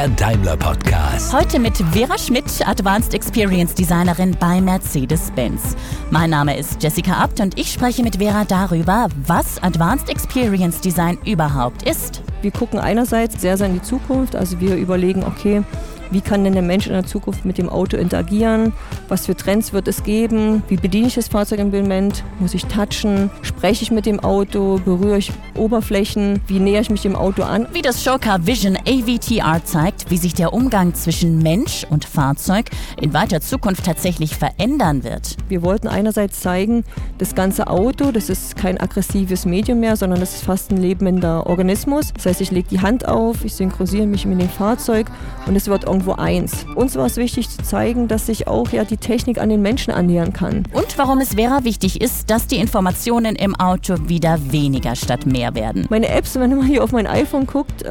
Der Daimler Podcast. Heute mit Vera Schmidt, Advanced Experience Designerin bei Mercedes-Benz. Mein Name ist Jessica Abt und ich spreche mit Vera darüber, was Advanced Experience Design überhaupt ist. Wir gucken einerseits sehr in die Zukunft, also wir überlegen, okay, wie kann denn der Mensch in der Zukunft mit dem Auto interagieren? Was für Trends wird es geben? Wie bediene ich das Fahrzeug im Moment? Muss ich touchen? Spreche ich mit dem Auto? Berühre ich Oberflächen? Wie nähere ich mich dem Auto an? Wie das Showcar Vision AVTR zeigt, wie sich der Umgang zwischen Mensch und Fahrzeug in weiter Zukunft tatsächlich verändern wird. Wir wollten einerseits zeigen, das ganze Auto, das ist kein aggressives Medium mehr, sondern das ist fast ein lebender Organismus. Das heißt, ich lege die Hand auf, ich synchronisiere mich mit dem Fahrzeug und es wird irgendwo eins. Uns war es wichtig zu zeigen, dass sich auch die Technik an den Menschen annähern kann. Und warum es Vera wichtig ist, dass die Informationen im Auto wieder weniger statt mehr werden. Meine Apps, wenn man hier auf mein iPhone guckt,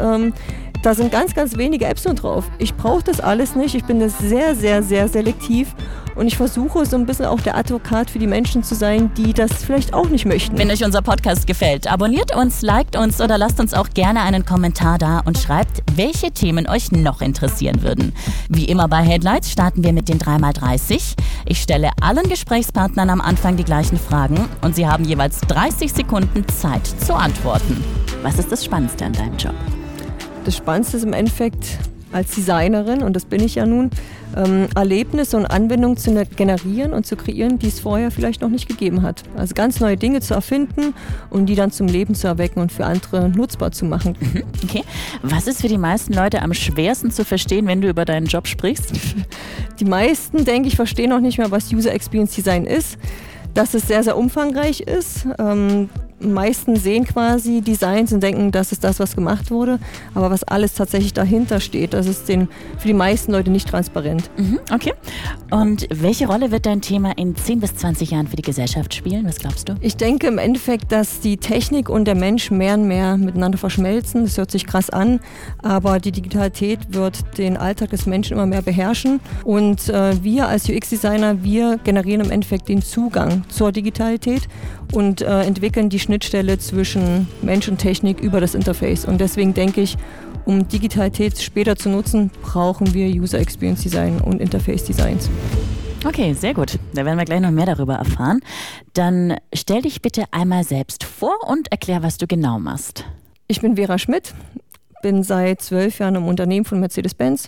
da sind ganz wenige Apps nur drauf. Ich brauche das alles nicht. Ich bin da sehr selektiv und ich versuche so ein bisschen auch der Advokat für die Menschen zu sein, die das vielleicht auch nicht möchten. Wenn euch unser Podcast gefällt, abonniert uns, liked uns oder lasst uns auch gerne einen Kommentar da und schreibt, welche Themen euch noch interessieren würden. Wie immer bei Headlights starten wir mit den 3x30. Ich stelle allen Gesprächspartnern am Anfang die gleichen Fragen und sie haben jeweils 30 Sekunden Zeit zu antworten. Was ist das Spannendste an deinem Job? Das Spannendste ist im Endeffekt als Designerin, und das bin ich ja nun, Erlebnisse und Anwendungen zu generieren und zu kreieren, die es vorher vielleicht noch nicht gegeben hat. Also ganz neue Dinge zu erfinden und die dann zum Leben zu erwecken und für andere nutzbar zu machen. Okay. Was ist für die meisten Leute am schwersten zu verstehen, wenn du über deinen Job sprichst? Die meisten, denke ich, verstehen noch nicht mehr, was User Experience Design ist. Dass es sehr umfangreich ist. Meisten sehen quasi Designs und denken, das ist das, was gemacht wurde. Aber was alles tatsächlich dahinter steht, das ist für die meisten Leute nicht transparent. Okay. Und welche Rolle wird dein Thema in 10 bis 20 Jahren für die Gesellschaft spielen? Was glaubst du? Ich denke im Endeffekt, dass die Technik und der Mensch mehr und mehr miteinander verschmelzen. Das hört sich krass an, aber die Digitalität wird den Alltag des Menschen immer mehr beherrschen. Und wir als UX-Designer, wir generieren im Endeffekt den Zugang zur Digitalität und entwickeln die Schnittstelle zwischen Mensch und Technik über das Interface. Und deswegen denke ich, um Digitalität später zu nutzen, brauchen wir User Experience Design und Interface Designs. Okay, sehr gut. Da werden wir gleich noch mehr darüber erfahren. Dann stell dich bitte einmal selbst vor und erklär, was du genau machst. Ich bin Vera Schmidt, bin seit 12 Jahren im Unternehmen von Mercedes-Benz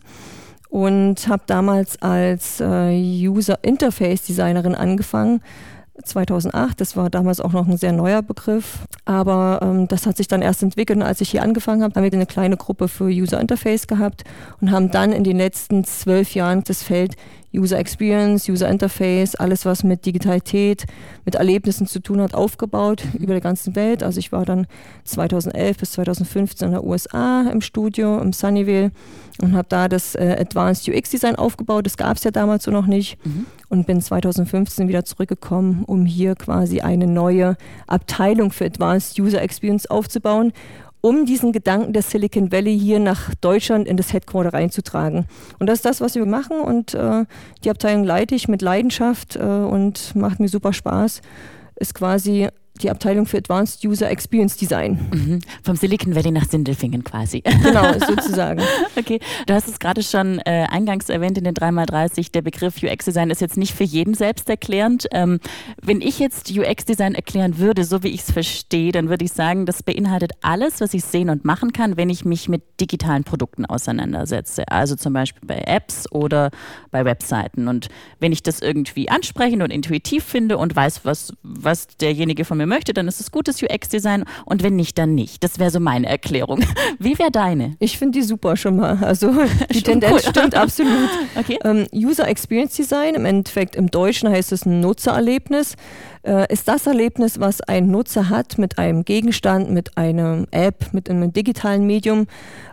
und habe damals als User Interface Designerin angefangen. 2008, das war damals auch noch ein sehr neuer Begriff, aber das hat sich dann erst entwickelt, und als ich hier angefangen habe, haben wir eine kleine Gruppe für User Interface gehabt und haben dann in den letzten 12 Jahren das Feld User Experience, User Interface, alles was mit Digitalität, mit Erlebnissen zu tun hat, aufgebaut über der ganzen Welt. Also ich war dann 2011 bis 2015 in der USA im Studio, im Sunnyvale, und habe da das Advanced UX Design aufgebaut. Das gab es ja damals so noch nicht. Und bin 2015 wieder zurückgekommen, um hier quasi eine neue Abteilung für Advanced User Experience aufzubauen, um diesen Gedanken der Silicon Valley hier nach Deutschland in das Headquarter reinzutragen. Und das ist das, was wir machen, und die Abteilung leite ich mit Leidenschaft und macht mir super Spaß. Ist quasi die Abteilung für Advanced User Experience Design. Vom Silicon Valley nach Sindelfingen quasi. Genau, sozusagen. Okay, du hast es gerade schon eingangs erwähnt in den 3x30, der Begriff UX-Design ist jetzt nicht für jeden selbsterklärend. Wenn ich jetzt UX-Design erklären würde, so wie ich es verstehe, dann würde ich sagen, das beinhaltet alles, was ich sehen und machen kann, wenn ich mich mit digitalen Produkten auseinandersetze. Also zum Beispiel bei Apps oder bei Webseiten. Und wenn ich das irgendwie ansprechend und intuitiv finde und weiß, was derjenige von mir möchte, dann ist es gutes UX-Design, und wenn nicht, dann nicht. Das wäre so meine Erklärung. Wie wäre deine? Ich finde die super schon mal. Also die Tendenz stimmt absolut. Okay. User Experience Design, im Endeffekt im Deutschen heißt es ein Nutzererlebnis, ist das Erlebnis, was ein Nutzer hat mit einem Gegenstand, mit einer App, mit einem digitalen Medium,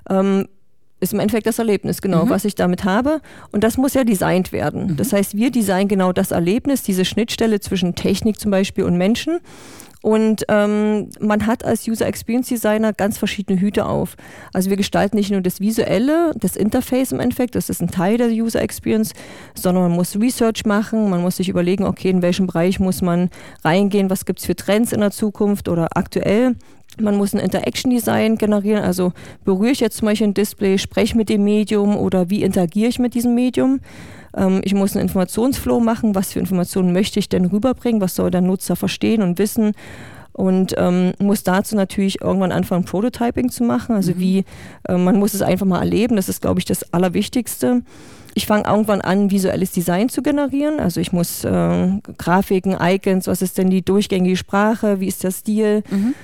ist im Endeffekt das Erlebnis, genau, was ich damit habe. Und das muss ja designt werden. Das heißt, wir designen genau das Erlebnis, diese Schnittstelle zwischen Technik zum Beispiel und Menschen. Und man hat als User Experience Designer ganz verschiedene Hüte auf. Also wir gestalten nicht nur das Visuelle, das Interface im Endeffekt, das ist ein Teil der User Experience, sondern man muss Research machen, man muss sich überlegen, okay, in welchem Bereich muss man reingehen, was gibt es für Trends in der Zukunft oder aktuell. Man muss ein Interaction-Design generieren, also berühre ich jetzt zum Beispiel ein Display, spreche mit dem Medium oder wie interagiere ich mit diesem Medium. Ich muss einen Informationsflow machen, was für Informationen möchte ich denn rüberbringen, was soll der Nutzer verstehen und wissen. Und muss dazu natürlich irgendwann anfangen, Prototyping zu machen, also man muss es einfach mal erleben, das ist, glaube ich, das Allerwichtigste. Ich fange irgendwann an, visuelles Design zu generieren. Also ich muss Grafiken, Icons, was ist denn die durchgängige Sprache, wie ist der Stil?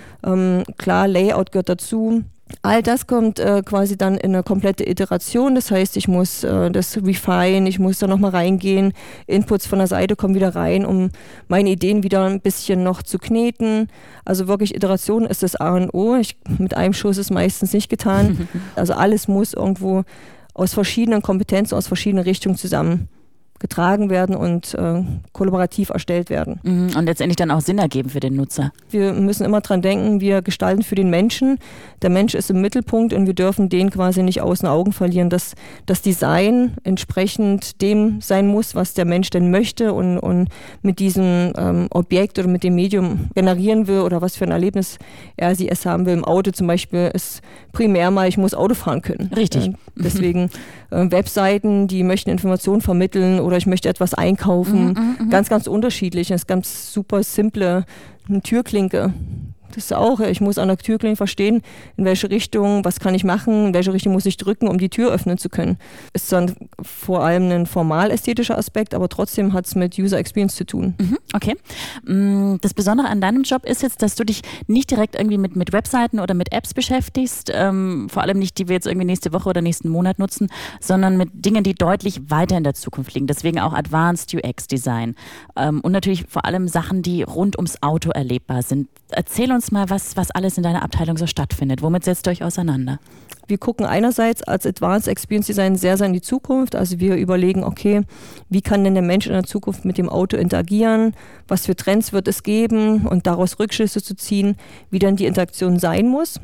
Klar, Layout gehört dazu. All das kommt quasi dann in eine komplette Iteration. Das heißt, ich muss das refine, ich muss da nochmal reingehen. Inputs von der Seite kommen wieder rein, um meine Ideen wieder ein bisschen noch zu kneten. Also wirklich Iteration ist das A und O. Mit einem Schuss ist meistens nicht getan. Also alles muss irgendwo aus verschiedenen Kompetenzen, aus verschiedenen Richtungen zusammengetragen werden und kollaborativ erstellt werden. Und letztendlich dann auch Sinn ergeben für den Nutzer. Wir müssen immer dran denken, wir gestalten für den Menschen. Der Mensch ist im Mittelpunkt und wir dürfen den quasi nicht aus den Augen verlieren, dass das Design entsprechend dem sein muss, was der Mensch denn möchte und mit diesem Objekt oder mit dem Medium generieren will oder was für ein Erlebnis es haben will. Im Auto zum Beispiel ist primär mal, ich muss Auto fahren können. Richtig. Deswegen Webseiten, die möchten Informationen vermitteln oder ich möchte etwas einkaufen. Ganz, ganz unterschiedlich. Das ist ganz super simple, eine Türklinke. Das ist auch, ich muss an der Türklinke verstehen, in welche Richtung, was kann ich machen, in welche Richtung muss ich drücken, um die Tür öffnen zu können. Ist dann vor allem ein formal-ästhetischer Aspekt, aber trotzdem hat es mit User Experience zu tun. Okay. Das Besondere an deinem Job ist jetzt, dass du dich nicht direkt irgendwie mit Webseiten oder mit Apps beschäftigst, vor allem nicht, die wir jetzt irgendwie nächste Woche oder nächsten Monat nutzen, sondern mit Dingen, die deutlich weiter in der Zukunft liegen. Deswegen auch Advanced UX Design. Und natürlich vor allem Sachen, die rund ums Auto erlebbar sind. Erzähl uns mal, was alles in deiner Abteilung so stattfindet. Womit setzt ihr euch auseinander? Wir gucken einerseits als Advanced Experience Design sehr, sehr in die Zukunft. Also wir überlegen, okay, wie kann denn der Mensch in der Zukunft mit dem Auto interagieren? Was für Trends wird es geben? Und daraus Rückschlüsse zu ziehen, wie dann die Interaktion sein muss.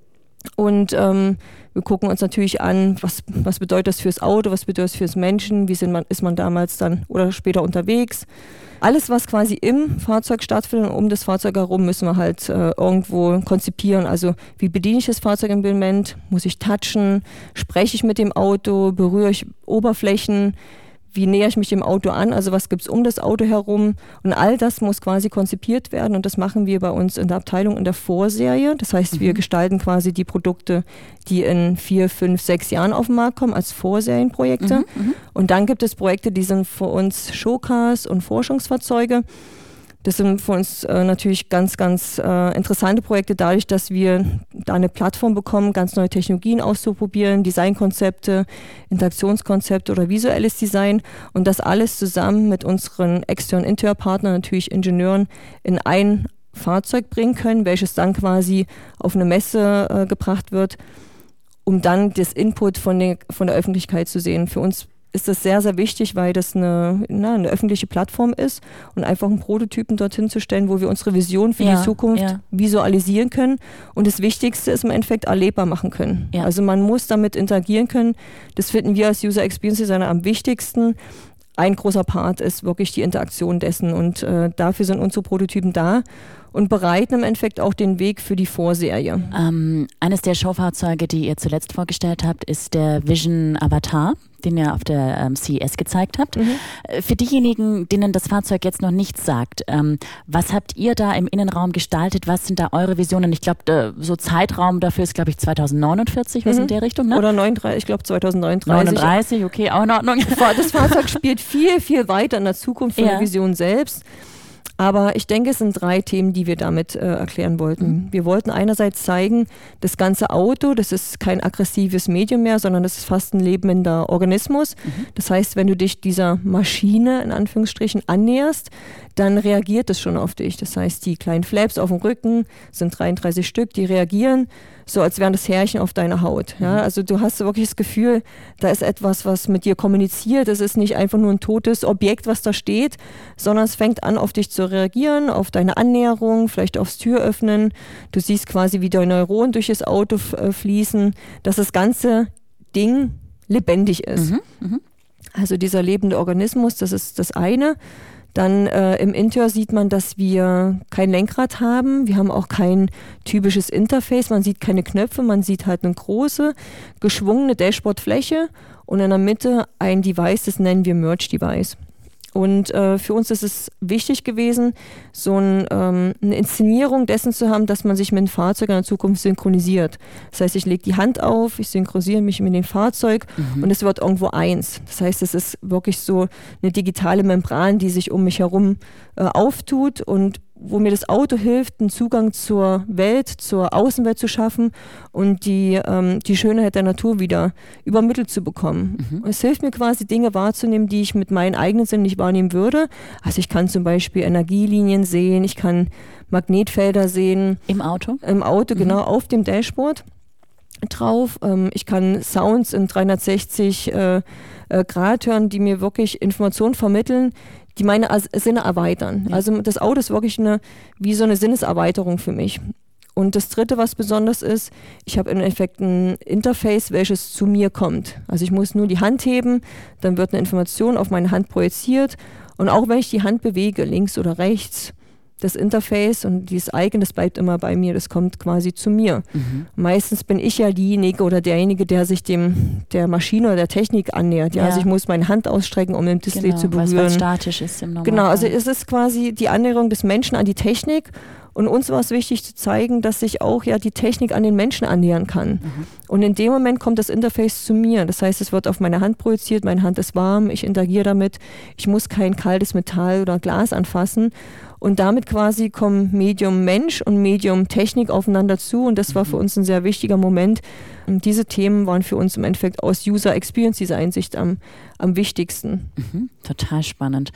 Und wir gucken uns natürlich an, was bedeutet das fürs Auto, was bedeutet das fürs Menschen, ist man damals dann oder später unterwegs. Alles, was quasi im Fahrzeug stattfindet und um das Fahrzeug herum, müssen wir halt irgendwo konzipieren. Also wie bediene ich das Fahrzeug im Moment? Muss ich touchen? Spreche ich mit dem Auto? Berühre ich Oberflächen? Wie nähere ich mich dem Auto an? Also was gibt es um das Auto herum? Und all das muss quasi konzipiert werden und das machen wir bei uns in der Abteilung in der Vorserie. Das heißt, wir gestalten quasi die Produkte, die in 4, 5, 6 Jahren auf den Markt kommen, als Vorserienprojekte. Und dann gibt es Projekte, die sind für uns Showcars und Forschungsfahrzeuge. Das sind für uns natürlich ganz, ganz interessante Projekte, dadurch, dass wir da eine Plattform bekommen, ganz neue Technologien auszuprobieren, Designkonzepte, Interaktionskonzepte oder visuelles Design und das alles zusammen mit unseren externen Interpartnern, natürlich Ingenieuren, in ein Fahrzeug bringen können, welches dann quasi auf eine Messe gebracht wird, um dann das Input von der Öffentlichkeit zu sehen. Für uns ist das sehr, sehr wichtig, weil das eine öffentliche Plattform ist und einfach einen Prototypen dorthin zu stellen, wo wir unsere Vision für die Zukunft visualisieren können und das Wichtigste ist im Endeffekt erlebbar machen können. Ja. Also man muss damit interagieren können. Das finden wir als User Experience Designer am wichtigsten. Ein großer Part ist wirklich die Interaktion dessen und dafür sind unsere Prototypen da und bereiten im Endeffekt auch den Weg für die Vorserie. Eines der Showfahrzeuge, die ihr zuletzt vorgestellt habt, ist der Vision Avatar, den ihr auf der CES gezeigt habt. Für diejenigen, denen das Fahrzeug jetzt noch nichts sagt, was habt ihr da im Innenraum gestaltet? Was sind da eure Visionen? Ich glaube, so Zeitraum dafür ist, glaube ich, 2049, was in der Richtung, ne? Oder 39, ich glaube 2039. 39, okay, auch in Ordnung. Das Fahrzeug spielt viel, viel weiter in der Zukunft von der Vision selbst. Aber ich denke, es sind 3 Themen, die wir damit erklären wollten. Wir wollten einerseits zeigen, das ganze Auto, das ist kein aggressives Medium mehr, sondern das ist fast ein lebender Organismus. Das heißt, wenn du dich dieser Maschine in Anführungsstrichen annäherst, dann reagiert es schon auf dich. Das heißt, die kleinen Flaps auf dem Rücken sind 33 Stück, die reagieren so, als wären das Härchen auf deiner Haut. Ja? Also du hast wirklich das Gefühl, da ist etwas, was mit dir kommuniziert. Es ist nicht einfach nur ein totes Objekt, was da steht, sondern es fängt an, auf dich zu reagieren, auf deine Annäherung, vielleicht aufs Türöffnen. Du siehst quasi, wie deine Neuronen durch das Auto fließen, dass das ganze Ding lebendig ist. Also dieser lebende Organismus, das ist das eine. Dann im Interieur sieht man, dass wir kein Lenkrad haben. Wir haben auch kein typisches Interface. Man sieht keine Knöpfe, man sieht halt eine große, geschwungene Dashboardfläche und in der Mitte ein Device, das nennen wir Merge-Device. Und für uns ist es wichtig gewesen, so eine Inszenierung dessen zu haben, dass man sich mit dem Fahrzeug in der Zukunft synchronisiert. Das heißt, ich lege die Hand auf, ich synchronisiere mich mit dem Fahrzeug und es wird irgendwo eins. Das heißt, es ist wirklich so eine digitale Membran, die sich um mich herum auftut und wo mir das Auto hilft, einen Zugang zur Welt, zur Außenwelt zu schaffen und die Schönheit der Natur wieder übermittelt zu bekommen. Es hilft mir quasi, Dinge wahrzunehmen, die ich mit meinen eigenen Sinnen nicht wahrnehmen würde. Also ich kann zum Beispiel Energielinien sehen, ich kann Magnetfelder sehen. Im Auto? Im Auto, genau, auf dem Dashboard drauf. Ich kann Sounds in 360 Grad hören, die mir wirklich Informationen vermittellen, die meine Sinne erweitern. Ja. Also das Auto ist wirklich wie so eine Sinneserweiterung für mich. Und das Dritte, was besonders ist, ich habe im Endeffekt ein Interface, welches zu mir kommt. Also ich muss nur die Hand heben, dann wird eine Information auf meine Hand projiziert und auch wenn ich die Hand bewege, links oder rechts, das Interface und dieses Icon, das bleibt immer bei mir, das kommt quasi zu mir. Meistens bin ich ja diejenige oder derjenige, der sich der Maschine oder der Technik annähert. Ja? Also ich muss meine Hand ausstrecken, um den Display zu berühren. Weil es statisch ist im Normalfall. Genau, also es ist quasi die Annäherung des Menschen an die Technik. Und uns war es wichtig zu zeigen, dass sich auch ja die Technik an den Menschen annähern kann. Und in dem Moment kommt das Interface zu mir. Das heißt, es wird auf meine Hand projiziert, meine Hand ist warm, ich interagiere damit. Ich muss kein kaltes Metall oder Glas anfassen. Und damit quasi kommen Medium Mensch und Medium Technik aufeinander zu. Und das war für uns ein sehr wichtiger Moment. Und diese Themen waren für uns im Endeffekt aus User Experience Design-Sicht am wichtigsten. Total spannend.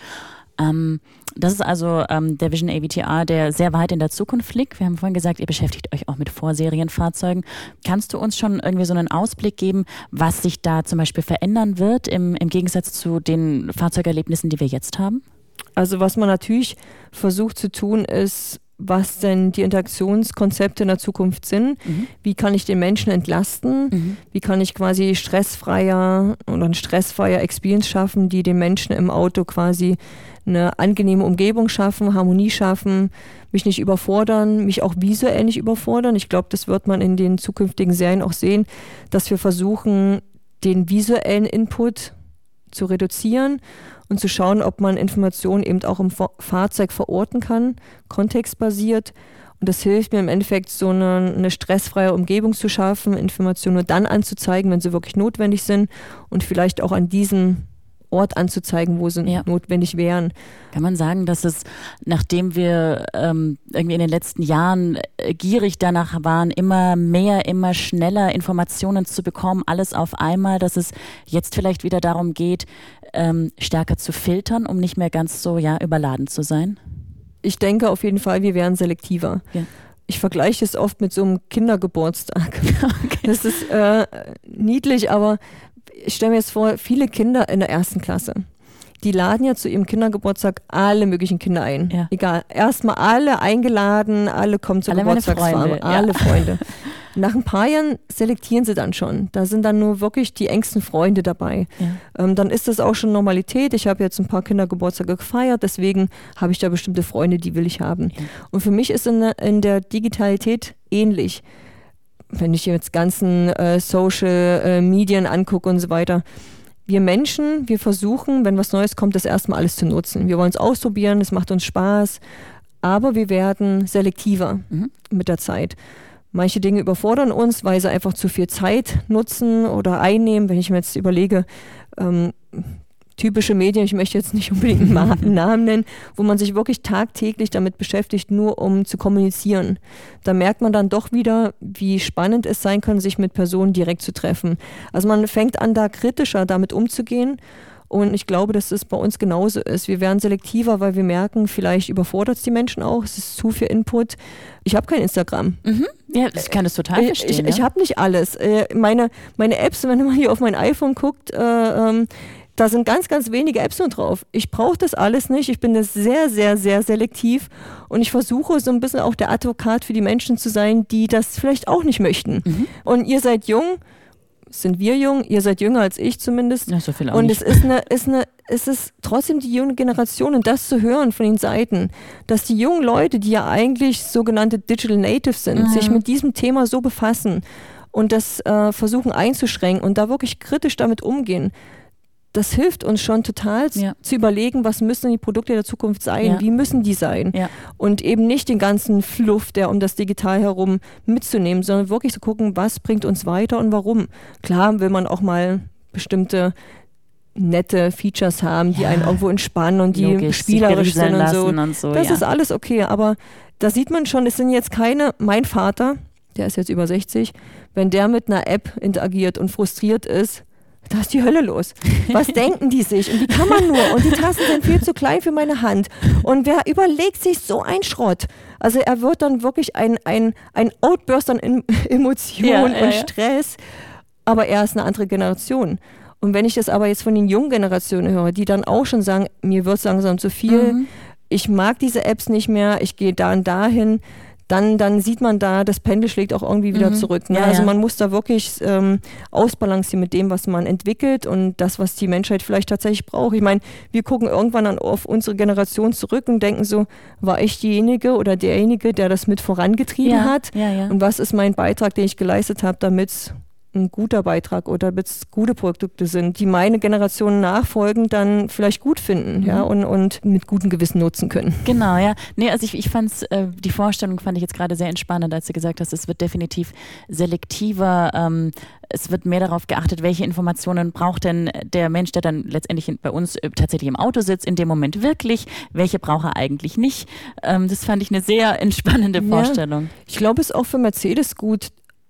Das ist also der Vision AVTR, der sehr weit in der Zukunft liegt. Wir haben vorhin gesagt, ihr beschäftigt euch auch mit Vorserienfahrzeugen. Kannst du uns schon irgendwie so einen Ausblick geben, was sich da zum Beispiel verändern wird im Gegensatz zu den Fahrzeugerlebnissen, die wir jetzt haben? Also was man natürlich versucht zu tun, ist, was denn die Interaktionskonzepte in der Zukunft sind. Wie kann ich den Menschen entlasten? Wie kann ich quasi stressfreier oder ein stressfreier Experience schaffen, die den Menschen im Auto quasi eine angenehme Umgebung schaffen, Harmonie schaffen, mich nicht überfordern, mich auch visuell nicht überfordern. Ich glaube, das wird man in den zukünftigen Serien auch sehen, dass wir versuchen, den visuellen Input zu reduzieren und zu schauen, ob man Informationen eben auch im Fahrzeug verorten kann, kontextbasiert. Und das hilft mir im Endeffekt, so eine stressfreie Umgebung zu schaffen, Informationen nur dann anzuzeigen, wenn sie wirklich notwendig sind und vielleicht auch an diesem Ort anzuzeigen, wo sie notwendig wären. Kann man sagen, dass es, nachdem wir irgendwie in den letzten Jahren gierig danach waren, immer mehr, immer schneller Informationen zu bekommen, alles auf einmal, dass es jetzt vielleicht wieder darum geht, stärker zu filtern, um nicht mehr ganz so überladen zu sein? Ich denke auf jeden Fall, wir werden selektiver. Ja. Ich vergleiche es oft mit so einem Kindergeburtstag. Okay. Das ist niedlich, aber ich stelle mir jetzt vor, viele Kinder in der 1. Klasse, die laden ja zu ihrem Kindergeburtstag alle möglichen Kinder ein. Ja. Egal, erstmal alle eingeladen, alle kommen zur Geburtstagsfeier, alle Freunde. Nach ein paar Jahren selektieren sie dann schon. Da sind dann nur wirklich die engsten Freunde dabei. Ja. Dann ist das auch schon Normalität. Ich habe jetzt ein paar Kindergeburtstage gefeiert, deswegen habe ich da bestimmte Freunde, die will ich haben. Ja. Und für mich ist in der Digitalität ähnlich. Wenn ich jetzt ganzen Social Medien angucke und so weiter. Wir Menschen, wir versuchen, wenn was Neues kommt, das erstmal alles zu nutzen. Wir wollen es ausprobieren, es macht uns Spaß, aber wir werden selektiver mit der Zeit. Manche Dinge überfordern uns, weil sie einfach zu viel Zeit nutzen oder einnehmen. Wenn ich mir jetzt überlege, typische Medien, ich möchte jetzt nicht unbedingt einen Namen nennen, wo man sich wirklich tagtäglich damit beschäftigt, nur um zu kommunizieren. Da merkt man dann doch wieder, wie spannend es sein kann, sich mit Personen direkt zu treffen. Also man fängt an, da kritischer damit umzugehen. Und ich glaube, dass es bei uns genauso ist. Wir werden selektiver, weil wir merken, vielleicht überfordert es die Menschen auch. Es ist zu viel Input. Ich habe kein Instagram. Ja, ich kann das total verstehen. Ich habe nicht alles. Meine Apps, wenn man hier auf mein iPhone guckt, da sind ganz, ganz wenige Apps nur drauf. Ich brauche das alles nicht. Ich bin das sehr, sehr, sehr selektiv. Und ich versuche so ein bisschen auch der Advokat für die Menschen zu sein, die das vielleicht auch nicht möchten. Und ihr seid jung. sind wir jung, ihr seid jünger als ich zumindest. Ja, so viel auch und nicht. es ist trotzdem die junge Generation und das zu hören von den Seiten, dass die jungen Leute, die ja eigentlich sogenannte Digital Natives sind, sich mit diesem Thema so befassen und das versuchen einzuschränken und da wirklich kritisch damit umgehen. Das hilft uns schon total zu überlegen, was müssen die Produkte der Zukunft sein, wie müssen die sein und eben nicht den ganzen Fluff, der um das Digital herum mitzunehmen, sondern wirklich zu gucken, was bringt uns weiter und warum. Klar will man auch mal bestimmte nette Features haben, die einen irgendwo entspannen und die spielerisch sind und so. Das ist alles okay, aber da sieht man schon, es sind jetzt mein Vater, der ist jetzt über 60, wenn der mit einer App interagiert und frustriert ist, da ist die Hölle los. Was denken die sich? Und wie kann man nur? Und die Tasten sind viel zu klein für meine Hand. Und wer überlegt sich so einen Schrott? Also er wird dann wirklich ein Outburst an Emotionen und Stress. Aber er ist eine andere Generation. Und wenn ich das aber jetzt von den jungen Generationen höre, die dann auch schon sagen, mir wird es langsam zu viel, ich mag diese Apps nicht mehr, ich gehe da und dahin, dann sieht man da, das Pendel schlägt auch irgendwie wieder zurück. Ne? Also man muss da wirklich ausbalancieren mit dem, was man entwickelt und das, was die Menschheit vielleicht tatsächlich braucht. Ich meine, wir gucken irgendwann auf unsere Generation zurück und denken so, war ich diejenige oder derjenige, der das mit vorangetrieben hat? Und was ist mein Beitrag, den ich geleistet habe, damit es ein guter Beitrag oder damit es gute Produkte sind, die meine Generation nachfolgend dann vielleicht gut finden und mit gutem Gewissen nutzen können. Genau, ja. Nee, also ich fand's, die Vorstellung fand ich jetzt gerade sehr entspannend, als du gesagt hast, es wird definitiv selektiver, es wird mehr darauf geachtet, welche Informationen braucht denn der Mensch, der dann letztendlich bei uns tatsächlich im Auto sitzt, in dem Moment wirklich, welche braucht er eigentlich nicht. Das fand ich eine sehr entspannende Vorstellung. Ich glaube, es ist auch für Mercedes gut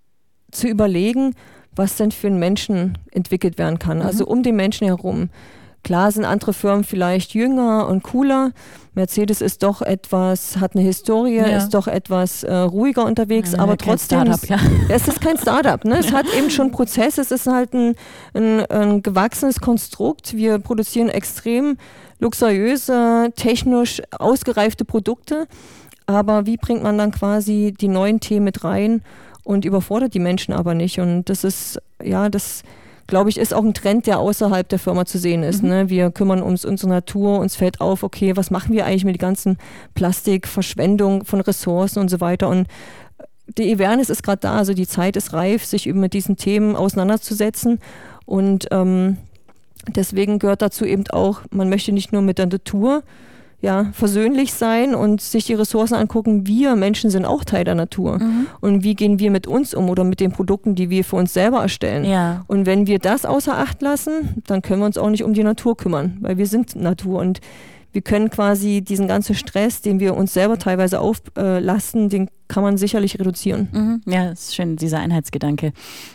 zu überlegen, was denn für einen Menschen entwickelt werden kann, also um den Menschen herum. Klar sind andere Firmen vielleicht jünger und cooler. Mercedes ist doch hat eine Historie, ist doch etwas ruhiger unterwegs, aber trotzdem, es ist kein Startup. Ne? Es hat eben schon Prozesse, es ist halt ein gewachsenes Konstrukt. Wir produzieren extrem luxuriöse, technisch ausgereifte Produkte, aber wie bringt man dann quasi die neuen Themen mit rein und überfordert die Menschen aber nicht. Und das ist, das glaube ich, ist auch ein Trend, der außerhalb der Firma zu sehen ist. Ne? Wir kümmern uns um unsere Natur, uns fällt auf, okay, was machen wir eigentlich mit der ganzen Plastikverschwendung von Ressourcen und so weiter. Und die Awareness ist gerade da, also die Zeit ist reif, sich eben mit diesen Themen auseinanderzusetzen. Und deswegen gehört dazu eben auch, man möchte nicht nur mit der Natur versöhnlich sein und sich die Ressourcen angucken. Wir Menschen sind auch Teil der Natur. Und wie gehen wir mit uns um oder mit den Produkten, die wir für uns selber erstellen? Ja. Und wenn wir das außer Acht lassen, dann können wir uns auch nicht um die Natur kümmern, weil wir sind Natur und wir können quasi diesen ganzen Stress, den wir uns selber teilweise auflasten, den kann man sicherlich reduzieren. Ja, das ist schön, dieser Einheitsgedanke.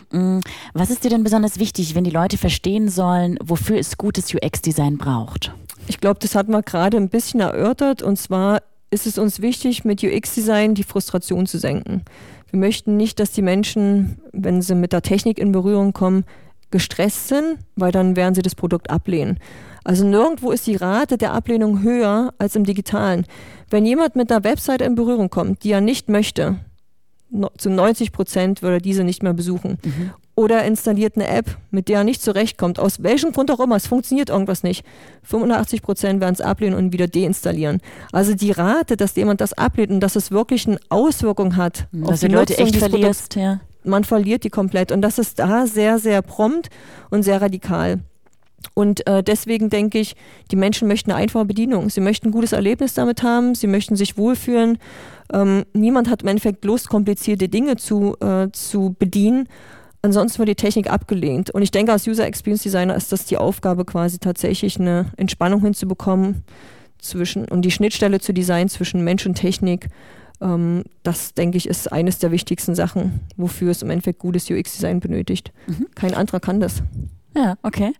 Was ist dir denn besonders wichtig, wenn die Leute verstehen sollen, wofür es gutes UX-Design braucht? Ich glaube, das hatten wir gerade ein bisschen erörtert und zwar ist es uns wichtig, mit UX-Design die Frustration zu senken. Wir möchten nicht, dass die Menschen, wenn sie mit der Technik in Berührung kommen, gestresst sind, weil dann werden sie das Produkt ablehnen. Also nirgendwo ist die Rate der Ablehnung höher als im Digitalen. Wenn jemand mit einer Webseite in Berührung kommt, die er nicht möchte, zu 90% würde er diese nicht mehr besuchen. Oder installiert eine App, mit der er nicht zurechtkommt, aus welchem Grund auch immer, es funktioniert irgendwas nicht. 85% werden es ablehnen und wieder deinstallieren. Also die Rate, dass jemand das ablehnt und dass es wirklich eine Auswirkung hat auf die Leute Nutzung echt des verlierst, Produkts, man verliert die komplett. Und das ist da sehr, sehr prompt und sehr radikal. Und deswegen denke ich, die Menschen möchten eine einfache Bedienung. Sie möchten ein gutes Erlebnis damit haben, sie möchten sich wohlfühlen. Niemand hat im Endeffekt Lust, komplizierte Dinge zu bedienen. Ansonsten wird die Technik abgelehnt. Und ich denke, als User Experience Designer ist das die Aufgabe, quasi tatsächlich eine Entspannung hinzubekommen und die Schnittstelle zu Design zwischen Mensch und Technik. Das, denke ich, ist eines der wichtigsten Sachen, wofür es im Endeffekt gutes UX-Design benötigt. Kein anderer kann das. Ja, okay.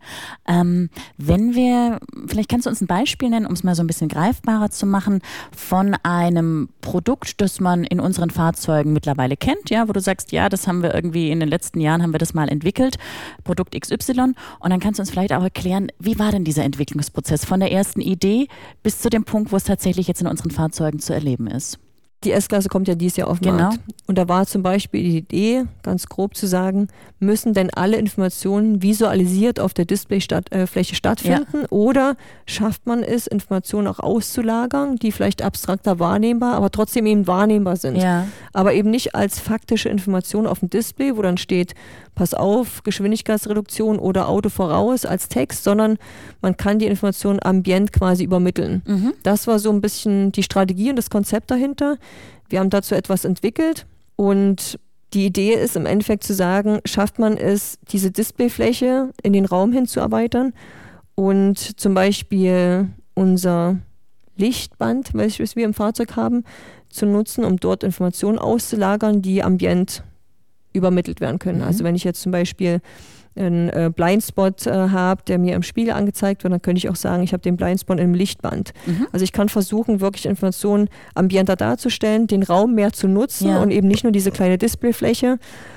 Vielleicht kannst du uns ein Beispiel nennen, um es mal so ein bisschen greifbarer zu machen, von einem Produkt, das man in unseren Fahrzeugen mittlerweile kennt, wo du sagst, das haben wir irgendwie in den letzten Jahren haben wir das mal entwickelt, Produkt XY. Und dann kannst du uns vielleicht auch erklären, wie war denn dieser Entwicklungsprozess von der ersten Idee bis zu dem Punkt, wo es tatsächlich jetzt in unseren Fahrzeugen zu erleben ist? Die S-Klasse kommt ja dieses Jahr auf den Markt. Und da war zum Beispiel die Idee, ganz grob zu sagen, müssen denn alle Informationen visualisiert auf der Displayfläche stattfinden oder schafft man es, Informationen auch auszulagern, die vielleicht abstrakter wahrnehmbar, aber trotzdem eben wahrnehmbar sind. Ja. Aber eben nicht als faktische Information auf dem Display, wo dann steht, pass auf, Geschwindigkeitsreduktion oder Auto voraus als Text, sondern man kann die Information ambient quasi übermitteln. Das war so ein bisschen die Strategie und das Konzept dahinter. Wir haben dazu etwas entwickelt und die Idee ist im Endeffekt zu sagen, schafft man es, diese Displayfläche in den Raum hin zu erweitern und zum Beispiel unser Lichtband, welches wir im Fahrzeug haben, zu nutzen, um dort Informationen auszulagern, die ambient übermittelt werden können. Also wenn ich jetzt zum Beispiel einen Blindspot habe, der mir im Spiegel angezeigt wird, dann könnte ich auch sagen, ich habe den Blindspot im Lichtband. Also ich kann versuchen, wirklich Informationen ambienter darzustellen, den Raum mehr zu nutzen und eben nicht nur diese kleine Displayfläche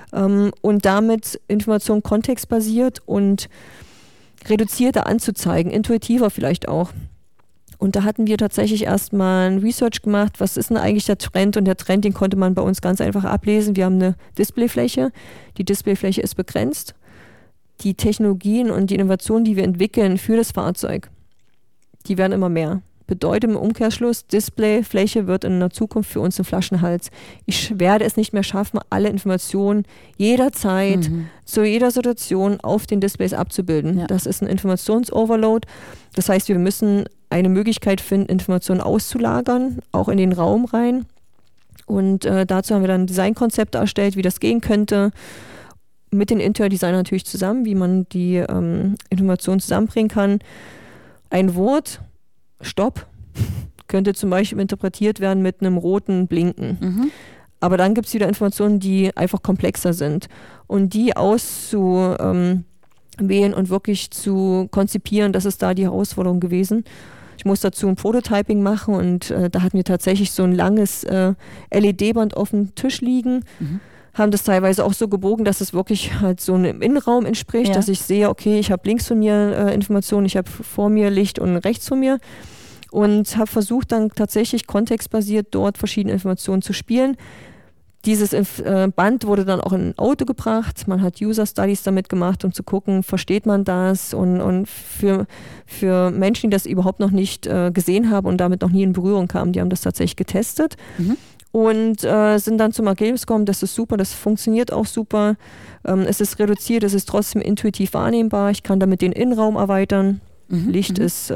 und damit Informationen kontextbasiert und reduzierter anzuzeigen, intuitiver vielleicht auch. Und da hatten wir tatsächlich erstmal ein Research gemacht, was ist denn eigentlich der Trend? Und der Trend, den konnte man bei uns ganz einfach ablesen. Wir haben eine Displayfläche. Die Displayfläche ist begrenzt. Die Technologien und die Innovationen, die wir entwickeln für das Fahrzeug, die werden immer mehr. Bedeutet im Umkehrschluss, Displayfläche wird in der Zukunft für uns ein Flaschenhals. Ich werde es nicht mehr schaffen, alle Informationen jederzeit, zu jeder Situation auf den Displays abzubilden. Ja. Das ist ein Informationsoverload. Das heißt, wir müssen eine Möglichkeit finden, Informationen auszulagern, auch in den Raum rein. Und dazu haben wir dann Designkonzepte erstellt, wie das gehen könnte. Mit den Interior-Designern natürlich zusammen, wie man die Informationen zusammenbringen kann. Ein Wort, Stopp, könnte zum Beispiel interpretiert werden mit einem roten Blinken. Aber dann gibt es wieder Informationen, die einfach komplexer sind. Und die auszuwählen und wirklich zu konzipieren, das ist da die Herausforderung gewesen. Ich muss dazu ein Prototyping machen und da hatten wir tatsächlich so ein langes LED-Band auf dem Tisch liegen. Haben das teilweise auch so gebogen, dass es wirklich halt so einem Innenraum entspricht, dass ich sehe, okay, ich habe links von mir Informationen, ich habe vor mir Licht und rechts von mir und habe versucht dann tatsächlich kontextbasiert dort verschiedene Informationen zu spielen. Dieses Band wurde dann auch in ein Auto gebracht, man hat User-Studies damit gemacht, um zu gucken, versteht man das und für Menschen, die das überhaupt noch nicht gesehen haben und damit noch nie in Berührung kamen, die haben das tatsächlich getestet. Und sind dann zum Ergebnis gekommen, das ist super, das funktioniert auch super. Es ist reduziert, es ist trotzdem intuitiv wahrnehmbar. Ich kann damit den Innenraum erweitern. Licht ist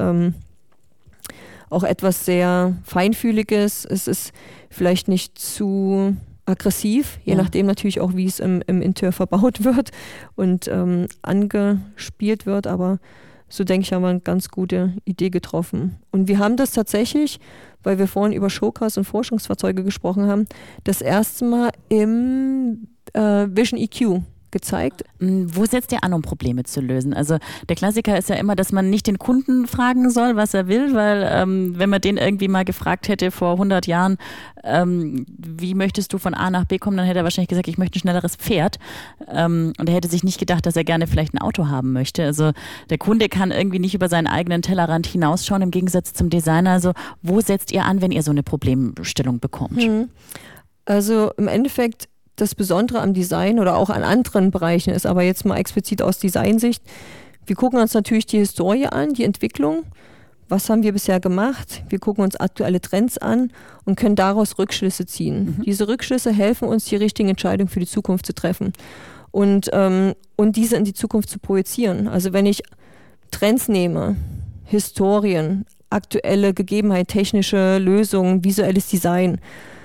auch etwas sehr Feinfühliges. Es ist vielleicht nicht zu aggressiv, je nachdem natürlich auch, wie es im Interieur verbaut wird und angespielt wird. Aber so denke ich, haben wir eine ganz gute Idee getroffen. Und wir haben das tatsächlich, weil wir vorhin über Showcars und Forschungsfahrzeuge gesprochen haben, das erste Mal im Vision EQ gezeigt. Wo setzt ihr an, um Probleme zu lösen? Also der Klassiker ist ja immer, dass man nicht den Kunden fragen soll, was er will, weil wenn man den irgendwie mal gefragt hätte vor 100 Jahren, wie möchtest du von A nach B kommen, dann hätte er wahrscheinlich gesagt, ich möchte ein schnelleres Pferd. Und er hätte sich nicht gedacht, dass er gerne vielleicht ein Auto haben möchte. Also der Kunde kann irgendwie nicht über seinen eigenen Tellerrand hinausschauen, im Gegensatz zum Designer. Also wo setzt ihr an, wenn ihr so eine Problemstellung bekommt? Also im Endeffekt das Besondere am Design oder auch an anderen Bereichen ist, aber jetzt mal explizit aus Designsicht, wir gucken uns natürlich die Historie an, die Entwicklung. Was haben wir bisher gemacht? Wir gucken uns aktuelle Trends an und können daraus Rückschlüsse ziehen. Diese Rückschlüsse helfen uns, die richtigen Entscheidungen für die Zukunft zu treffen und diese in die Zukunft zu projizieren. Also wenn ich Trends nehme, Historien, aktuelle Gegebenheit, technische Lösungen, visuelles Design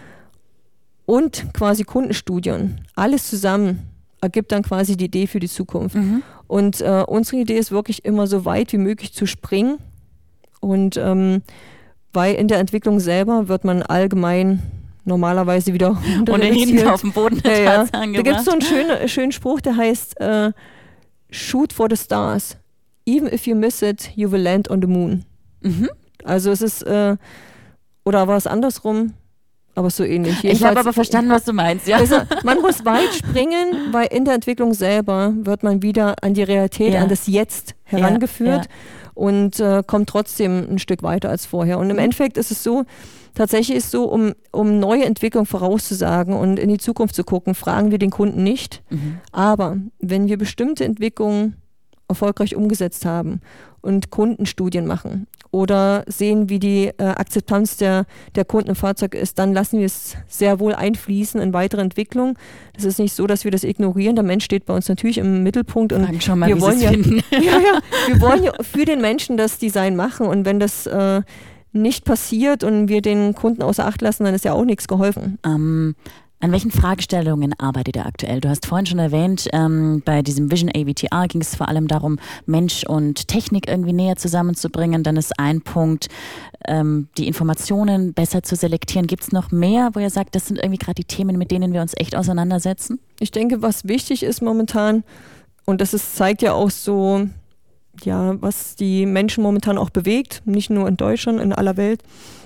und quasi Kundenstudien, alles zusammen ergibt dann quasi die Idee für die Zukunft. Und unsere Idee ist wirklich immer so weit wie möglich zu springen und weil in der Entwicklung selber wird man allgemein normalerweise wieder ohnehin auf dem Boden der Tatsachen Da gibt es so einen schönen Spruch, der heißt Shoot for the stars. Even if you miss it, you will land on the moon. Also es ist, oder war es andersrum? Aber so ähnlich. Ich habe aber verstanden, was du meinst. Ja. Also man muss weit springen, weil in der Entwicklung selber wird man wieder an die Realität, an das Jetzt herangeführt. und kommt trotzdem ein Stück weiter als vorher. Und im Endeffekt ist es so, tatsächlich ist es so, um neue Entwicklung vorauszusagen und in die Zukunft zu gucken, fragen wir den Kunden nicht. Aber wenn wir bestimmte Entwicklungen erfolgreich umgesetzt haben und Kundenstudien machen oder sehen, wie die Akzeptanz der Kunden im Fahrzeug ist, dann lassen wir es sehr wohl einfließen in weitere Entwicklung. Das ist nicht so, dass wir das ignorieren. Der Mensch steht bei uns natürlich im Mittelpunkt und wir wollen wir wollen ja für den Menschen das Design machen, und wenn das nicht passiert und wir den Kunden außer Acht lassen, dann ist ja auch nichts geholfen. An welchen Fragestellungen arbeitet ihr aktuell? Du hast vorhin schon erwähnt, bei diesem Vision AVTR ging es vor allem darum, Mensch und Technik irgendwie näher zusammenzubringen. Dann ist ein Punkt, die Informationen besser zu selektieren. Gibt es noch mehr, wo ihr sagt, das sind irgendwie gerade die Themen, mit denen wir uns echt auseinandersetzen? Ich denke, was wichtig ist momentan, und das zeigt ja auch so, ja, was die Menschen momentan auch bewegt, nicht nur in Deutschland, in aller Welt,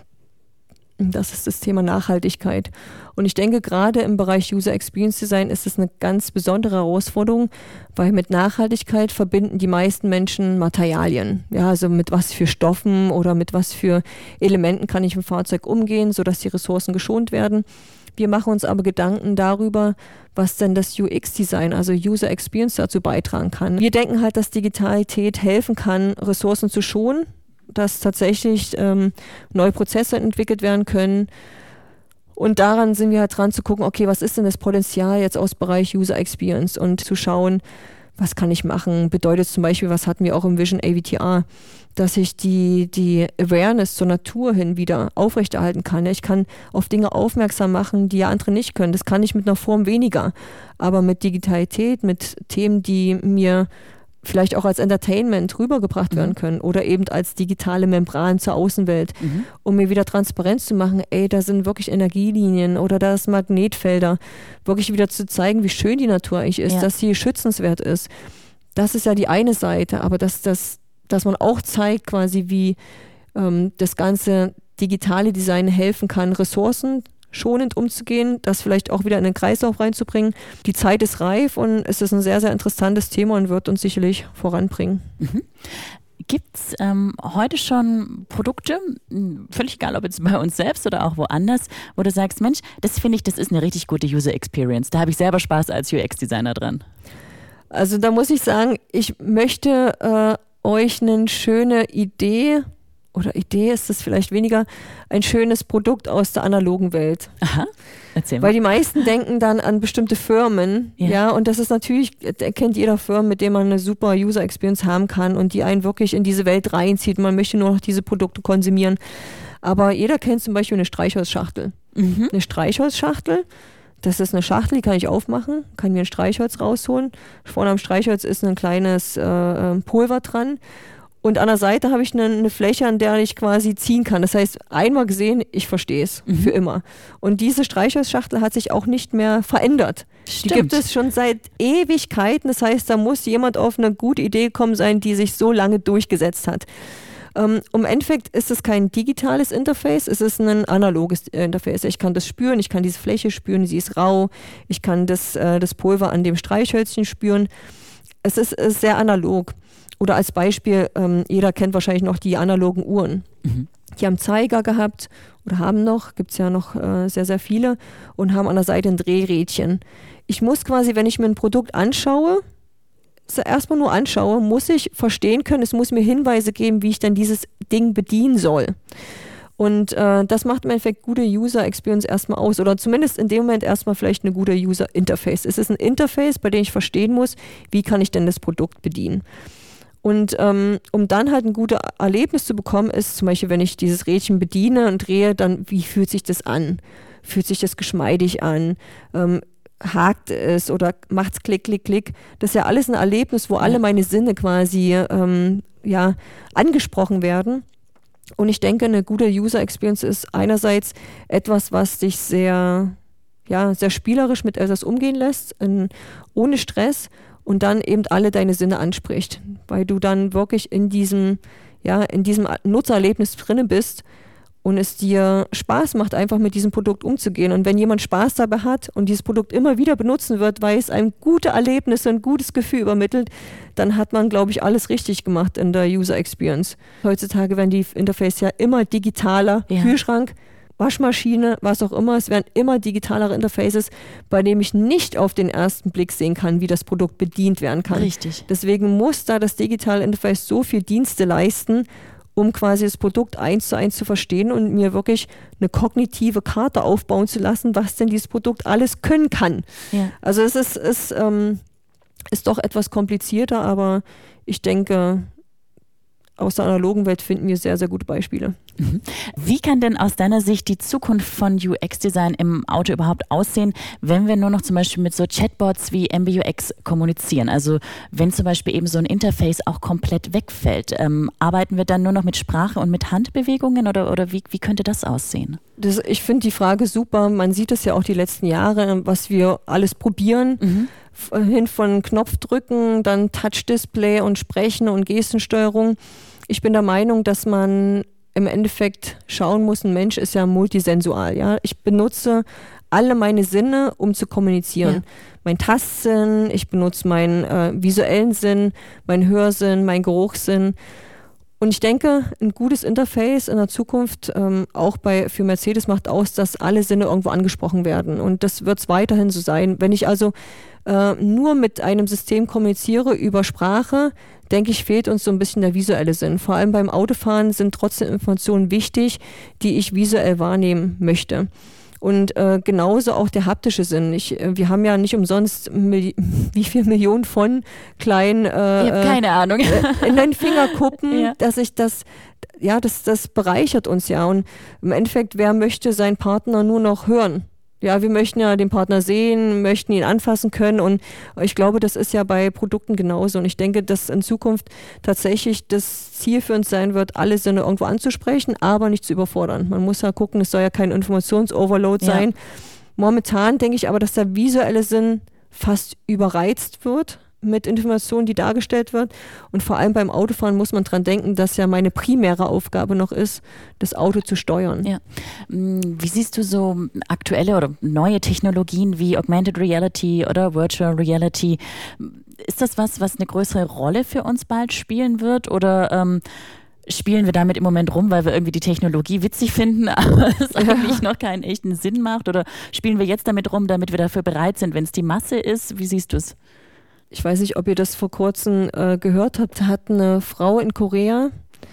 das ist das Thema Nachhaltigkeit. Und ich denke, gerade im Bereich User Experience Design ist es eine ganz besondere Herausforderung, weil mit Nachhaltigkeit verbinden die meisten Menschen Materialien. Ja, also mit was für Stoffen oder mit was für Elementen kann ich im Fahrzeug umgehen, sodass die Ressourcen geschont werden. Wir machen uns aber Gedanken darüber, was denn das UX-Design, also User Experience, dazu beitragen kann. Wir denken halt, dass Digitalität helfen kann, Ressourcen zu schonen, dass tatsächlich neue Prozesse entwickelt werden können. Und daran sind wir halt dran zu gucken, okay, was ist denn das Potenzial jetzt aus Bereich User Experience, und zu schauen, was kann ich machen? Bedeutet zum Beispiel, was hatten wir auch im Vision AVTR, dass ich die Awareness zur Natur hin wieder aufrechterhalten kann. Ich kann auf Dinge aufmerksam machen, die ja andere nicht können. Das kann ich mit einer Form weniger. Aber mit Digitalität, mit Themen, die mir vielleicht auch als Entertainment rübergebracht werden können oder eben als digitale Membran zur Außenwelt, um mir wieder Transparenz zu machen, da sind wirklich Energielinien oder da sind Magnetfelder, wirklich wieder zu zeigen, wie schön die Natur eigentlich ist, dass sie schützenswert ist. Das ist ja die eine Seite, aber dass man auch zeigt quasi, wie das ganze digitale Design helfen kann, Ressourcen schonend umzugehen, das vielleicht auch wieder in den Kreislauf reinzubringen. Die Zeit ist reif und es ist ein sehr, sehr interessantes Thema und wird uns sicherlich voranbringen. Gibt es heute schon Produkte, völlig egal, ob jetzt bei uns selbst oder auch woanders, wo du sagst, Mensch, das finde ich, das ist eine richtig gute User Experience. Da habe ich selber Spaß als UX-Designer dran. Also da muss ich sagen, ich möchte euch eine schöne Idee, oder Idee ist es vielleicht weniger, ein schönes Produkt aus der analogen Welt. Aha, erzähl mal. Weil die meisten denken dann an bestimmte Firmen, ja, und das ist natürlich, kennt jeder Firma, mit dem man eine super User Experience haben kann und die einen wirklich in diese Welt reinzieht. Man möchte nur noch diese Produkte konsumieren. Aber jeder kennt zum Beispiel eine Streichholzschachtel. Eine Streichholzschachtel, das ist eine Schachtel, die kann ich aufmachen, kann mir ein Streichholz rausholen. Vorne am Streichholz ist ein kleines Pulver dran. Und an der Seite habe ich eine Fläche, an der ich quasi ziehen kann. Das heißt, einmal gesehen, ich verstehe es für immer. Und diese Streichholzschachtel hat sich auch nicht mehr verändert. Stimmt. Die gibt es schon seit Ewigkeiten. Das heißt, da muss jemand auf eine gute Idee gekommen sein, die sich so lange durchgesetzt hat. Im Endeffekt ist es kein digitales Interface, es ist ein analoges Interface. Ich kann das spüren, ich kann diese Fläche spüren, sie ist rau. Ich kann das Pulver an dem Streichhölzchen spüren. Es ist sehr analog. Oder als Beispiel, jeder kennt wahrscheinlich noch die analogen Uhren. Die haben Zeiger gehabt oder haben noch, gibt es ja noch sehr, sehr viele, und haben an der Seite ein Drehrädchen. Ich muss quasi, wenn ich mir ein Produkt anschaue, erstmal nur anschaue, muss ich verstehen können, es muss mir Hinweise geben, wie ich dann dieses Ding bedienen soll. Und das macht im Endeffekt gute User Experience erstmal aus, oder zumindest in dem Moment erstmal vielleicht eine gute User Interface. Es ist ein Interface, bei dem ich verstehen muss, wie kann ich denn das Produkt bedienen. Und um dann halt ein gutes Erlebnis zu bekommen, ist zum Beispiel, wenn ich dieses Rädchen bediene und drehe, dann wie fühlt sich das an? Fühlt sich das geschmeidig an? Hakt es oder macht es klick, klick, klick? Das ist ja alles ein Erlebnis, wo alle meine Sinne quasi angesprochen werden. Und ich denke, eine gute User Experience ist einerseits etwas, was dich sehr spielerisch mit etwas umgehen lässt, ohne Stress, und dann eben alle deine Sinne anspricht, weil du dann wirklich in diesem Nutzererlebnis drinne bist und es dir Spaß macht, einfach mit diesem Produkt umzugehen. Und wenn jemand Spaß dabei hat und dieses Produkt immer wieder benutzen wird, weil es einem gute Erlebnisse, ein gutes Gefühl übermittelt, dann hat man, glaube ich, alles richtig gemacht in der User Experience. Heutzutage werden die Interface ja immer digitaler. Ja. Kühlschrank, Waschmaschine, was auch immer, es werden immer digitalere Interfaces, bei denen ich nicht auf den ersten Blick sehen kann, wie das Produkt bedient werden kann. Richtig. Deswegen muss da das digitale Interface so viel Dienste leisten, um quasi das Produkt 1:1 zu verstehen und mir wirklich eine kognitive Karte aufbauen zu lassen, was denn dieses Produkt alles können kann. Ja. Also es ist doch etwas komplizierter, aber ich denke, aus der analogen Welt finden wir sehr, sehr gute Beispiele. Wie kann denn aus deiner Sicht die Zukunft von UX-Design im Auto überhaupt aussehen, wenn wir nur noch zum Beispiel mit so Chatbots wie MBUX kommunizieren? Also wenn zum Beispiel eben so ein Interface auch komplett wegfällt, arbeiten wir dann nur noch mit Sprache und mit Handbewegungen oder wie könnte das aussehen? Ich finde die Frage super. Man sieht es ja auch die letzten Jahre, was wir alles probieren. Hin von Knopfdrücken, dann Touch-Display und Sprechen und Gestensteuerung. Ich bin der Meinung, dass man im Endeffekt schauen muss, ein Mensch ist ja multisensual. Ja? Ich benutze alle meine Sinne, um zu kommunizieren. Ja. Mein Tastsinn, ich benutze meinen visuellen Sinn, meinen Hörsinn, meinen Geruchssinn. Und ich denke, ein gutes Interface in der Zukunft, auch für Mercedes, macht aus, dass alle Sinne irgendwo angesprochen werden. Und das wird es weiterhin so sein. Wenn ich also nur mit einem System kommuniziere über Sprache, denke ich, fehlt uns so ein bisschen der visuelle Sinn. Vor allem beim Autofahren sind trotzdem Informationen wichtig, die ich visuell wahrnehmen möchte. Und genauso auch der haptische Sinn. Wir haben ja nicht umsonst wie viel Millionen von kleinen ich habe keine Ahnung. In den Fingerkuppen, ja. Dass ich das bereichert uns ja. Und im Endeffekt, wer möchte seinen Partner nur noch hören? Ja, wir möchten ja den Partner sehen, möchten ihn anfassen können und ich glaube, das ist ja bei Produkten genauso und ich denke, dass in Zukunft tatsächlich das Ziel für uns sein wird, alle Sinne irgendwo anzusprechen, aber nicht zu überfordern. Man muss ja gucken, es soll ja kein Informationsoverload sein. Momentan denke ich aber, dass der visuelle Sinn fast überreizt wird mit Informationen, die dargestellt wird. Und vor allem beim Autofahren muss man dran denken, dass ja meine primäre Aufgabe noch ist, das Auto zu steuern. Ja. Wie siehst du so aktuelle oder neue Technologien wie Augmented Reality oder Virtual Reality? Ist das was eine größere Rolle für uns bald spielen wird oder spielen wir damit im Moment rum, weil wir irgendwie die Technologie witzig finden, aber es eigentlich noch keinen echten Sinn macht? Oder spielen wir jetzt damit rum, damit wir dafür bereit sind, wenn es die Masse ist? Wie siehst du es? Ich weiß nicht, ob ihr das vor kurzem gehört habt, hat eine Frau in Korea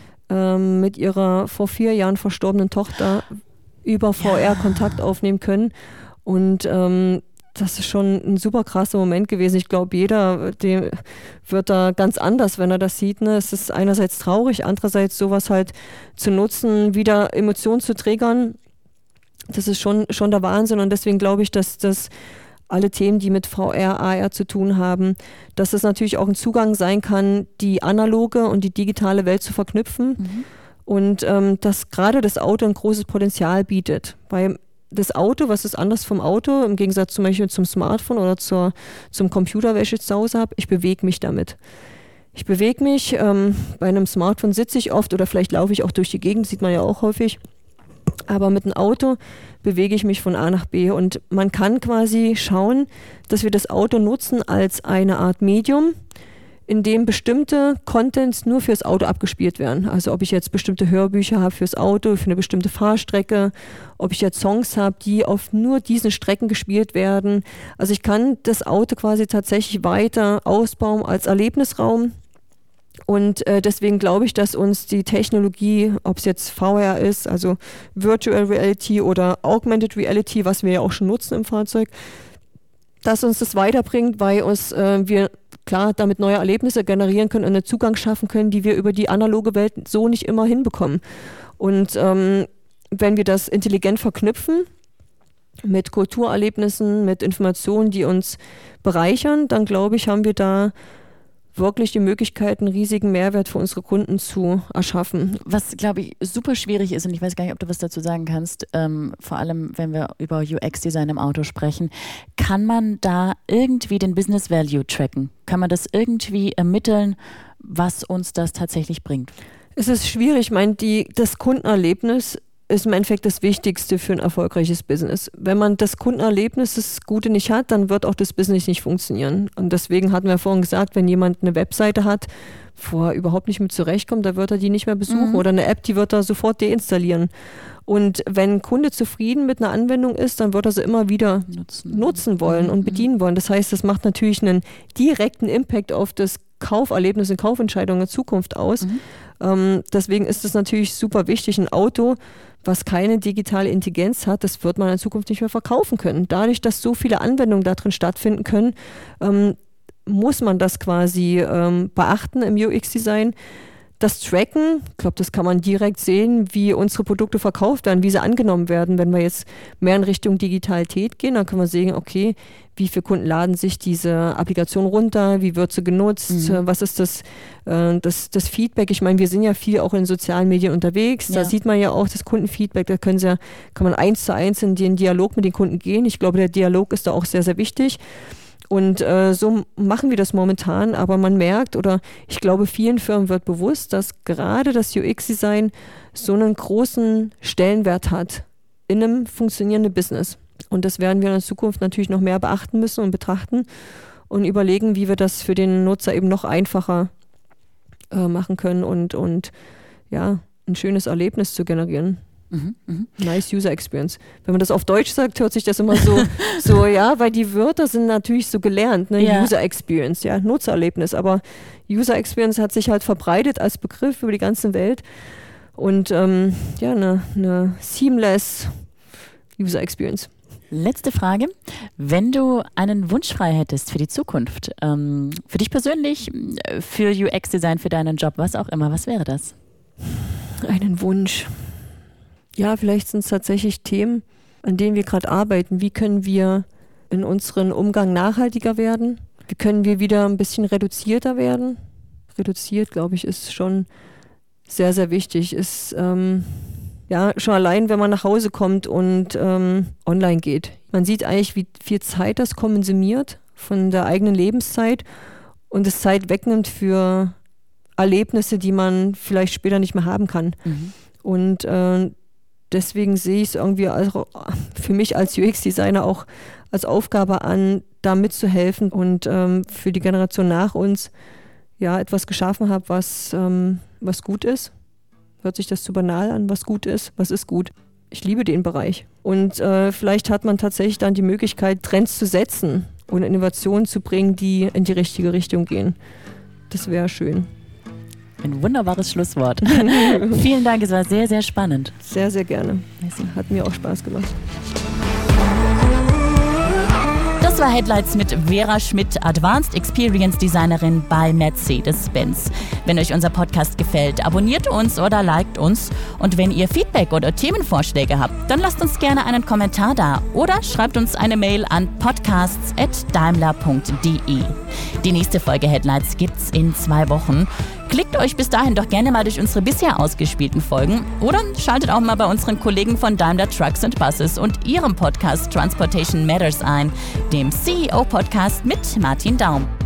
mit ihrer vor 4 Jahren verstorbenen Tochter über VR Kontakt aufnehmen können. Und das ist schon ein super krasser Moment gewesen. Ich glaube, jeder dem wird da ganz anders, wenn er das sieht. Ne? Es ist einerseits traurig, andererseits sowas halt zu nutzen, wieder Emotionen zu triggern. Das ist schon der Wahnsinn. Und deswegen glaube ich, dass das alle Themen, die mit VR, AR zu tun haben, dass es natürlich auch ein Zugang sein kann, die analoge und die digitale Welt zu verknüpfen und dass gerade das Auto ein großes Potenzial bietet. Weil das Auto, was ist anders vom Auto, im Gegensatz zum Beispiel zum Smartphone oder zum Computer, welches ich zu Hause habe, ich bewege mich damit. Ich bewege mich, bei einem Smartphone sitze ich oft oder vielleicht laufe ich auch durch die Gegend, sieht man ja auch häufig. Aber mit einem Auto bewege ich mich von A nach B und man kann quasi schauen, dass wir das Auto nutzen als eine Art Medium, in dem bestimmte Contents nur fürs Auto abgespielt werden. Also ob ich jetzt bestimmte Hörbücher habe fürs Auto, für eine bestimmte Fahrstrecke, ob ich jetzt Songs habe, die auf nur diesen Strecken gespielt werden. Also ich kann das Auto quasi tatsächlich weiter ausbauen als Erlebnisraum. Und deswegen glaube ich, dass uns die Technologie, ob es jetzt VR ist, also Virtual Reality oder Augmented Reality, was wir ja auch schon nutzen im Fahrzeug, dass uns das weiterbringt, weil wir klar damit neue Erlebnisse generieren können und einen Zugang schaffen können, die wir über die analoge Welt so nicht immer hinbekommen. Und wenn wir das intelligent verknüpfen mit Kulturerlebnissen, mit Informationen, die uns bereichern, dann glaube ich, haben wir da wirklich die Möglichkeit, einen riesigen Mehrwert für unsere Kunden zu erschaffen. Was, glaube ich, super schwierig ist, und ich weiß gar nicht, ob du was dazu sagen kannst, vor allem, wenn wir über UX-Design im Auto sprechen, kann man da irgendwie den Business Value tracken? Kann man das irgendwie ermitteln, was uns das tatsächlich bringt? Es ist schwierig. Ich meine, das Kundenerlebnis ist im Endeffekt das Wichtigste für ein erfolgreiches Business. Wenn man das Kundenerlebnis, das Gute nicht hat, dann wird auch das Business nicht funktionieren. Und deswegen hatten wir vorhin gesagt, wenn jemand eine Webseite hat, wo er überhaupt nicht mit zurechtkommt, da wird er die nicht mehr besuchen oder eine App, die wird er sofort deinstallieren. Und wenn ein Kunde zufrieden mit einer Anwendung ist, dann wird er sie immer wieder nutzen wollen und bedienen wollen. Das heißt, das macht natürlich einen direkten Impact auf das Kauferlebnis und Kaufentscheidungen in Zukunft aus. Deswegen ist es natürlich super wichtig, ein Auto, was keine digitale Intelligenz hat, das wird man in Zukunft nicht mehr verkaufen können. Dadurch, dass so viele Anwendungen da drin stattfinden können, muss man das quasi beachten im UX-Design. Das Tracken, ich glaube, das kann man direkt sehen, wie unsere Produkte verkauft werden, wie sie angenommen werden. Wenn wir jetzt mehr in Richtung Digitalität gehen, dann können wir sehen, okay, wie viele Kunden laden sich diese Applikation runter, wie wird sie genutzt, was ist das Feedback. Ich meine, wir sind ja viel auch in sozialen Medien unterwegs, da sieht man ja auch das Kundenfeedback, da kann man 1:1 in den Dialog mit den Kunden gehen. Ich glaube, der Dialog ist da auch sehr, sehr wichtig. Und so machen wir das momentan, aber man merkt, oder ich glaube, vielen Firmen wird bewusst, dass gerade das UX-Design so einen großen Stellenwert hat in einem funktionierenden Business. Und das werden wir in Zukunft natürlich noch mehr beachten müssen und betrachten und überlegen, wie wir das für den Nutzer eben noch einfacher machen können und ja, ein schönes Erlebnis zu generieren. Nice User Experience. Wenn man das auf Deutsch sagt, hört sich das immer so ja, weil die Wörter sind natürlich so gelernt, ne? Ja. User Experience, ja, Nutzererlebnis, aber User Experience hat sich halt verbreitet als Begriff über die ganze Welt und ja, eine seamless User Experience. Letzte Frage. Wenn du einen Wunsch frei hättest für die Zukunft, für dich persönlich, für UX-Design, für deinen Job, was auch immer, was wäre das? Einen Wunsch. Ja, vielleicht sind es tatsächlich Themen, an denen wir gerade arbeiten. Wie können wir in unserem Umgang nachhaltiger werden? Wie können wir wieder ein bisschen reduzierter werden? Reduziert, glaube ich, ist schon sehr, sehr wichtig. Ist ja schon allein, wenn man nach Hause kommt und online geht. Man sieht eigentlich, wie viel Zeit das konsumiert von der eigenen Lebenszeit und es Zeit wegnimmt für Erlebnisse, die man vielleicht später nicht mehr haben kann. Und deswegen sehe ich es irgendwie also für mich als UX-Designer auch als Aufgabe an, da mitzuhelfen und für die Generation nach uns ja etwas geschaffen habe, was gut ist. Hört sich das zu banal an, was gut ist? Was ist gut? Ich liebe den Bereich. Und vielleicht hat man tatsächlich dann die Möglichkeit, Trends zu setzen und Innovationen zu bringen, die in die richtige Richtung gehen. Das wäre schön. Ein wunderbares Schlusswort. Vielen Dank, es war sehr, sehr spannend. Sehr, sehr gerne. Hat mir auch Spaß gemacht. Das war Headlights mit Vera Schmidt, Advanced Experience Designerin bei Mercedes-Benz. Wenn euch unser Podcast gefällt, abonniert uns oder liked uns. Und wenn ihr Feedback oder Themenvorschläge habt, dann lasst uns gerne einen Kommentar da oder schreibt uns eine Mail an podcasts@daimler.de. Die nächste Folge Headlights gibt's in 2 Wochen. Klickt euch bis dahin doch gerne mal durch unsere bisher ausgespielten Folgen oder schaltet auch mal bei unseren Kollegen von Daimler Trucks and Buses und ihrem Podcast Transportation Matters ein, dem CEO-Podcast mit Martin Daum.